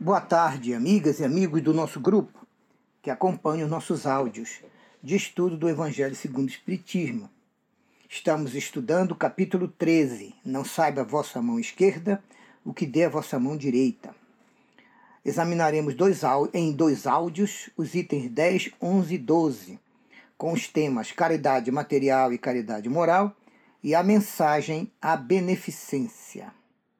Boa tarde, amigas e amigos do nosso grupo que acompanham nossos áudios de estudo do Evangelho segundo o Espiritismo. Estamos estudando o capítulo 13, Não saiba a vossa mão esquerda o que dê a vossa mão direita. Examinaremos em dois áudios os itens 10, 11 e 12, com os temas caridade material e caridade moral e a mensagem à beneficência.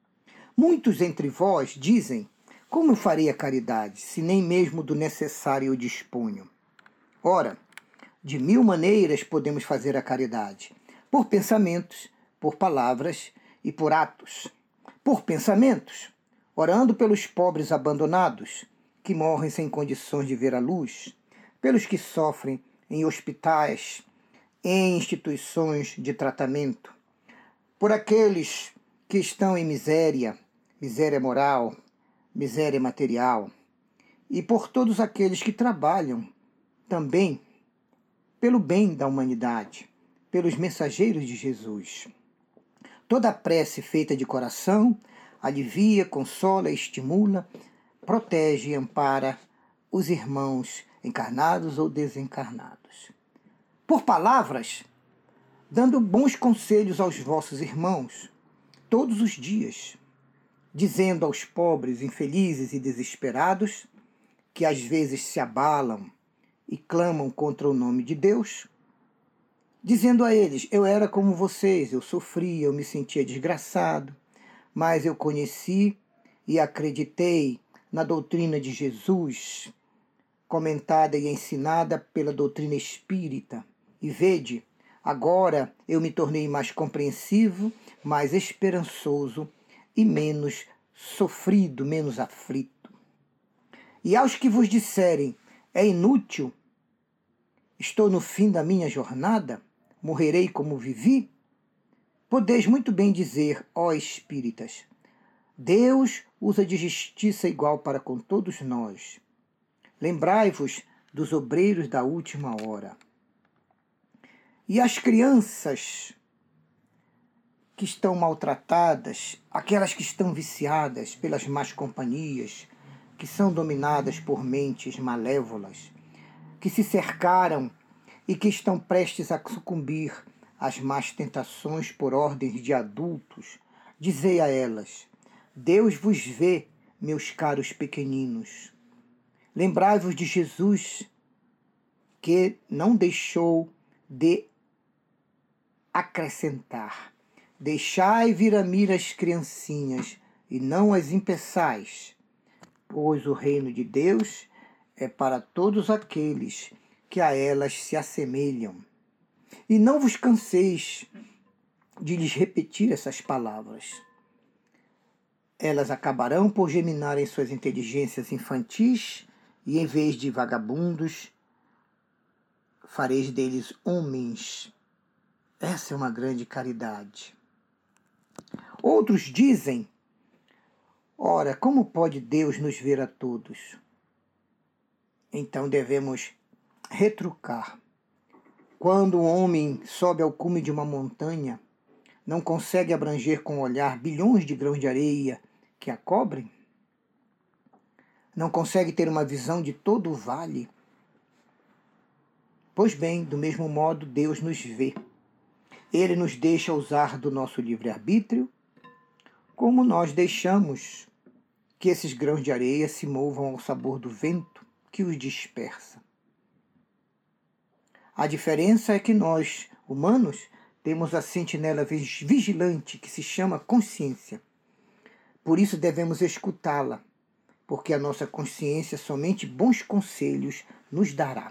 Muitos entre vós dizem: como eu farei a caridade, se nem mesmo do necessário eu disponho? Ora, de 1000 maneiras podemos fazer a caridade: por pensamentos, por palavras e por atos. Por pensamentos, orando pelos pobres abandonados, que morrem sem condições de ver a luz, pelos que sofrem em hospitais, em instituições de tratamento, por aqueles que estão em miséria moral, miséria material, e por todos aqueles que trabalham também pelo bem da humanidade, pelos mensageiros de Jesus. Toda prece feita de coração alivia, consola, estimula, protege e ampara os irmãos encarnados ou desencarnados. Por palavras, dando bons conselhos aos vossos irmãos, todos os dias, dizendo aos pobres, infelizes e desesperados, que às vezes se abalam e clamam contra o nome de Deus, dizendo a eles: eu era como vocês, eu sofria, eu me sentia desgraçado, mas eu conheci e acreditei na doutrina de Jesus, comentada e ensinada pela doutrina espírita, e vede, agora eu me tornei mais compreensivo, mais esperançoso e menos sofrido, menos aflito. E aos que vos disserem: é inútil, estou no fim da minha jornada, morrerei como vivi, podeis muito bem dizer, ó espíritas: Deus usa de justiça igual para com todos nós. Lembrai-vos dos obreiros da última hora. E as crianças que estão maltratadas, aquelas que estão viciadas pelas más companhias, que são dominadas por mentes malévolas, que se cercaram e que estão prestes a sucumbir às más tentações por ordens de adultos, dizei a elas: Deus vos vê, meus caros pequeninos. Lembrai-vos de Jesus, que não deixou de acrescentar: deixai vir a mim as criancinhas, e não as impeçais, pois o reino de Deus é para todos aqueles que a elas se assemelham. E não vos canseis de lhes repetir essas palavras. Elas acabarão por germinar em suas inteligências infantis, e em vez de vagabundos, fareis deles homens. Essa é uma grande caridade. Outros dizem: ora, como pode Deus nos ver a todos? Então devemos retrucar. Quando o homem sobe ao cume de uma montanha, não consegue abranger com o olhar bilhões de grãos de areia que a cobrem? Não consegue ter uma visão de todo o vale? Pois bem, do mesmo modo Deus nos vê. Ele nos deixa usar do nosso livre-arbítrio, como nós deixamos que esses grãos de areia se movam ao sabor do vento que os dispersa. A diferença é que nós, humanos, temos a sentinela vigilante que se chama consciência. Por isso devemos escutá-la, porque a nossa consciência somente bons conselhos nos dará.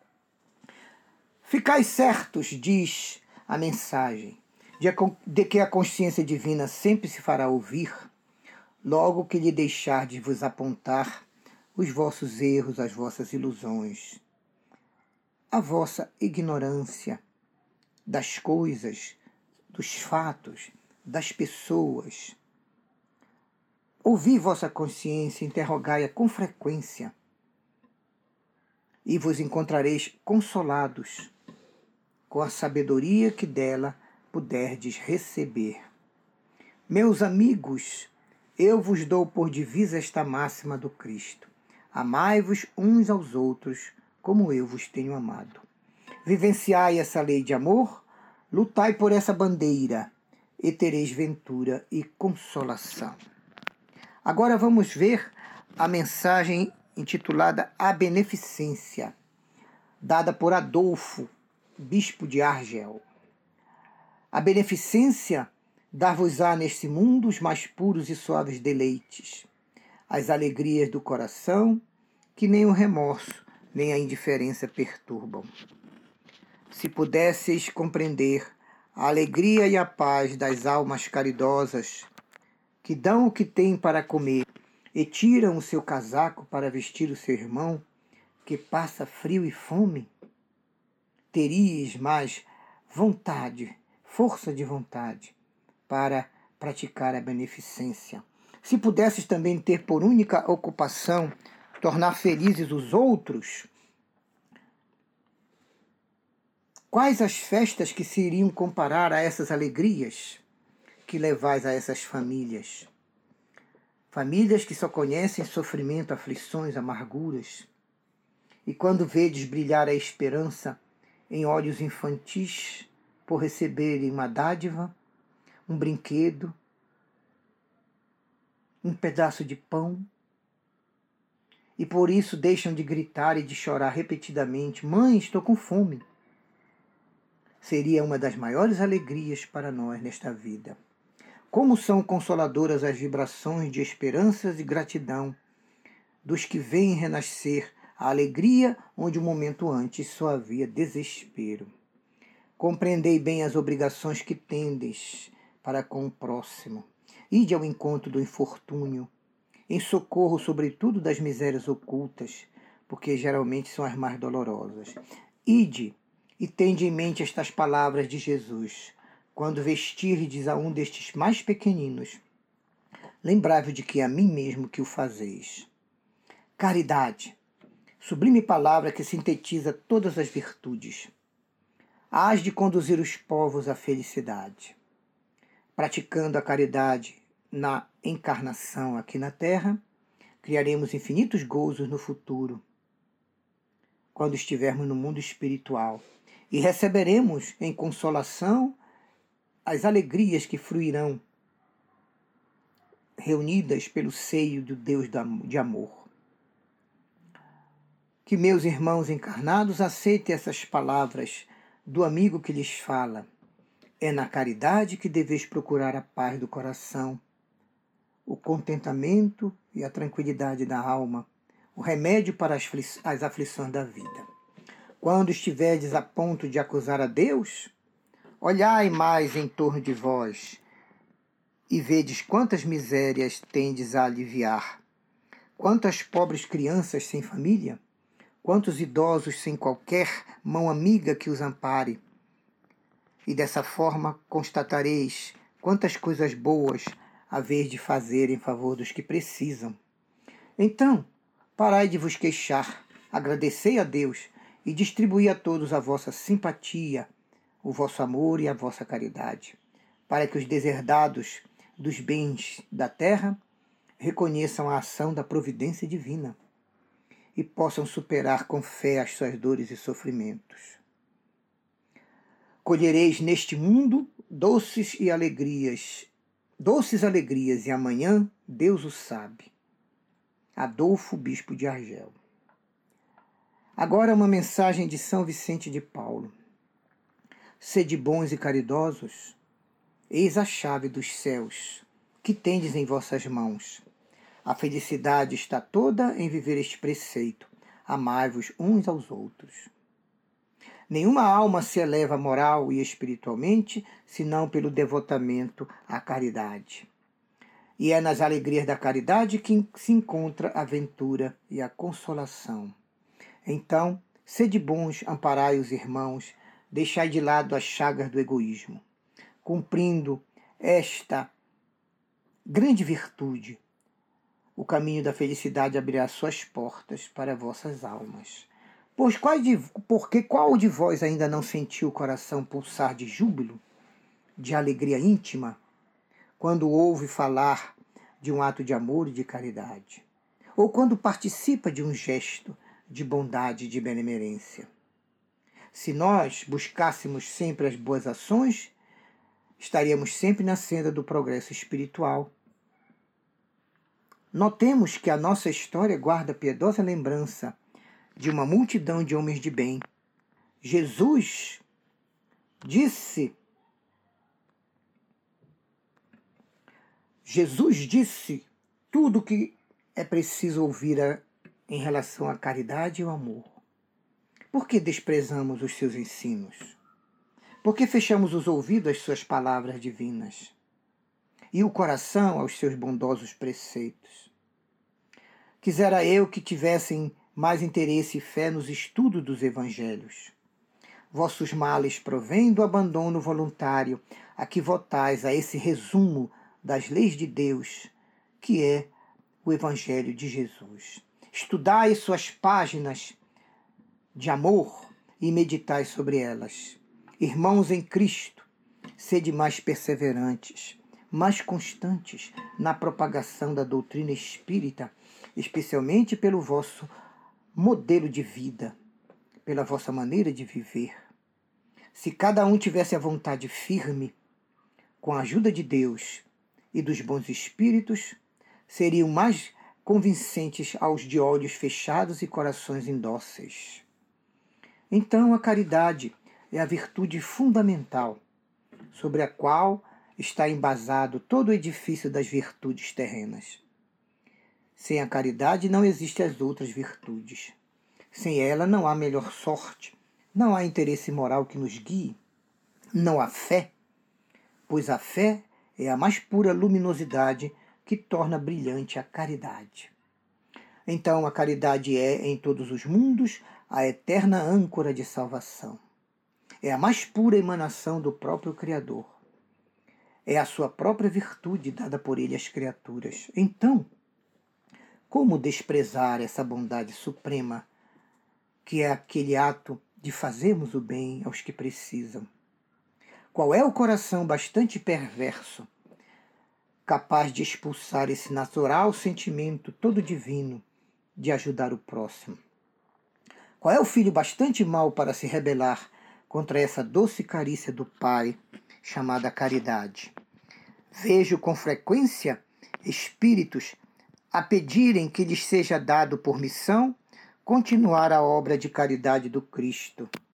Ficai certos, diz a mensagem, de que a consciência divina sempre se fará ouvir, logo que lhe deixar de vos apontar os vossos erros, as vossas ilusões, a vossa ignorância das coisas, dos fatos, das pessoas. Ouvi vossa consciência, interrogai-a com frequência, e vos encontrareis consolados com a sabedoria que dela puderdes receber. Meus amigos, Eu vos dou por divisa esta máxima do Cristo: amai-vos uns aos outros, como eu vos tenho amado. Vivenciai essa lei de amor, lutai por essa bandeira, e tereis ventura e consolação. Agora vamos ver a mensagem intitulada A Beneficência, dada por Adolfo, bispo de Argel. A beneficência dar-vos-á neste mundo os mais puros e suaves deleites, as alegrias do coração, que nem o remorso, nem a indiferença perturbam. Se pudesseis compreender a alegria e a paz das almas caridosas, que dão o que têm para comer e tiram o seu casaco para vestir o seu irmão, que passa frio e fome, teríeis mais vontade, força de vontade, para praticar a beneficência. Se pudesses também ter por única ocupação tornar felizes os outros, quais as festas que se iriam comparar a essas alegrias que levais a essas famílias? Famílias que só conhecem sofrimento, aflições, amarguras. E quando vedes brilhar a esperança em olhos infantis por receberem uma dádiva, um brinquedo, um pedaço de pão, e por isso deixam de gritar e de chorar repetidamente: mãe, estou com fome. Seria uma das maiores alegrias para nós nesta vida. Como são consoladoras as vibrações de esperanças e gratidão dos que veem renascer a alegria onde um momento antes só havia desespero. Compreendei bem as obrigações que tendes para com o próximo. Ide ao encontro do infortúnio, em socorro sobretudo das misérias ocultas, porque geralmente são as mais dolorosas. Ide e tende em mente estas palavras de Jesus: quando vestirdes a um destes mais pequeninos, lembrai-vos de que é a mim mesmo que o fazeis. Caridade, sublime palavra que sintetiza todas as virtudes. Hás de conduzir os povos à felicidade. Praticando a caridade na encarnação aqui na Terra, criaremos infinitos gozos no futuro, quando estivermos no mundo espiritual, e receberemos em consolação as alegrias que fruirão, reunidas pelo seio do Deus de amor. Que meus irmãos encarnados aceitem essas palavras do amigo que lhes fala. É na caridade que deveis procurar a paz do coração, o contentamento e a tranquilidade da alma, o remédio para as aflições da vida. Quando estiverdes a ponto de acusar a Deus, olhai mais em torno de vós e vedes quantas misérias tendes a aliviar, quantas pobres crianças sem família, quantos idosos sem qualquer mão amiga que os ampare. E dessa forma constatareis quantas coisas boas haveis de fazer em favor dos que precisam. Então, parai de vos queixar, agradecei a Deus e distribuí a todos a vossa simpatia, o vosso amor e a vossa caridade, para que os deserdados dos bens da terra reconheçam a ação da providência divina e possam superar com fé as suas dores e sofrimentos. Colhereis neste mundo doces alegrias, e amanhã Deus o sabe. Adolfo, bispo de Argel. Agora uma mensagem de São Vicente de Paulo. Sede bons e caridosos, eis a chave dos céus, que tendes em vossas mãos. A felicidade está toda em viver este preceito: amai-vos uns aos outros. Nenhuma alma se eleva moral e espiritualmente, senão pelo devotamento à caridade. E é nas alegrias da caridade que se encontra a ventura e a consolação. Então, sede bons, amparai os irmãos, deixai de lado as chagas do egoísmo. Cumprindo esta grande virtude, o caminho da felicidade abrirá suas portas para vossas almas. Pois qual de vós ainda não sentiu o coração pulsar de júbilo, de alegria íntima, quando ouve falar de um ato de amor e de caridade, ou quando participa de um gesto de bondade e de benemerência. Se nós buscássemos sempre as boas ações, estaríamos sempre na senda do progresso espiritual. Notemos que a nossa história guarda piedosa lembrança de uma multidão de homens de bem. Jesus disse tudo o que é preciso ouvir em relação à caridade e ao amor. Por que desprezamos os seus ensinos? Por que fechamos os ouvidos às suas palavras divinas e o coração aos seus bondosos preceitos? Quisera eu que tivessem mais interesse e fé nos estudos dos evangelhos. Vossos males provêm do abandono voluntário a que votais a esse resumo das leis de Deus, que é o Evangelho de Jesus. Estudai suas páginas de amor e meditai sobre elas. Irmãos em Cristo, sede mais perseverantes, mais constantes na propagação da doutrina espírita, especialmente pelo vosso modelo de vida, pela vossa maneira de viver. Se cada um tivesse a vontade firme, com a ajuda de Deus e dos bons espíritos, seriam mais convincentes aos de olhos fechados e corações indóceis. Então, a caridade é a virtude fundamental sobre a qual está embasado todo o edifício das virtudes terrenas. Sem a caridade não existem as outras virtudes. Sem ela não há melhor sorte, não há interesse moral que nos guie, não há fé, pois a fé é a mais pura luminosidade que torna brilhante a caridade. Então a caridade é, em todos os mundos, a eterna âncora de salvação. É a mais pura emanação do próprio Criador. É a sua própria virtude dada por ele às criaturas. Então, como desprezar essa bondade suprema, que é aquele ato de fazermos o bem aos que precisam? Qual é o coração bastante perverso, capaz de expulsar esse natural sentimento todo divino de ajudar o próximo? Qual é o filho bastante mau para se rebelar contra essa doce carícia do Pai, chamada caridade? Vejo com frequência espíritos a pedirem que lhes seja dado por missão continuar a obra de caridade do Cristo.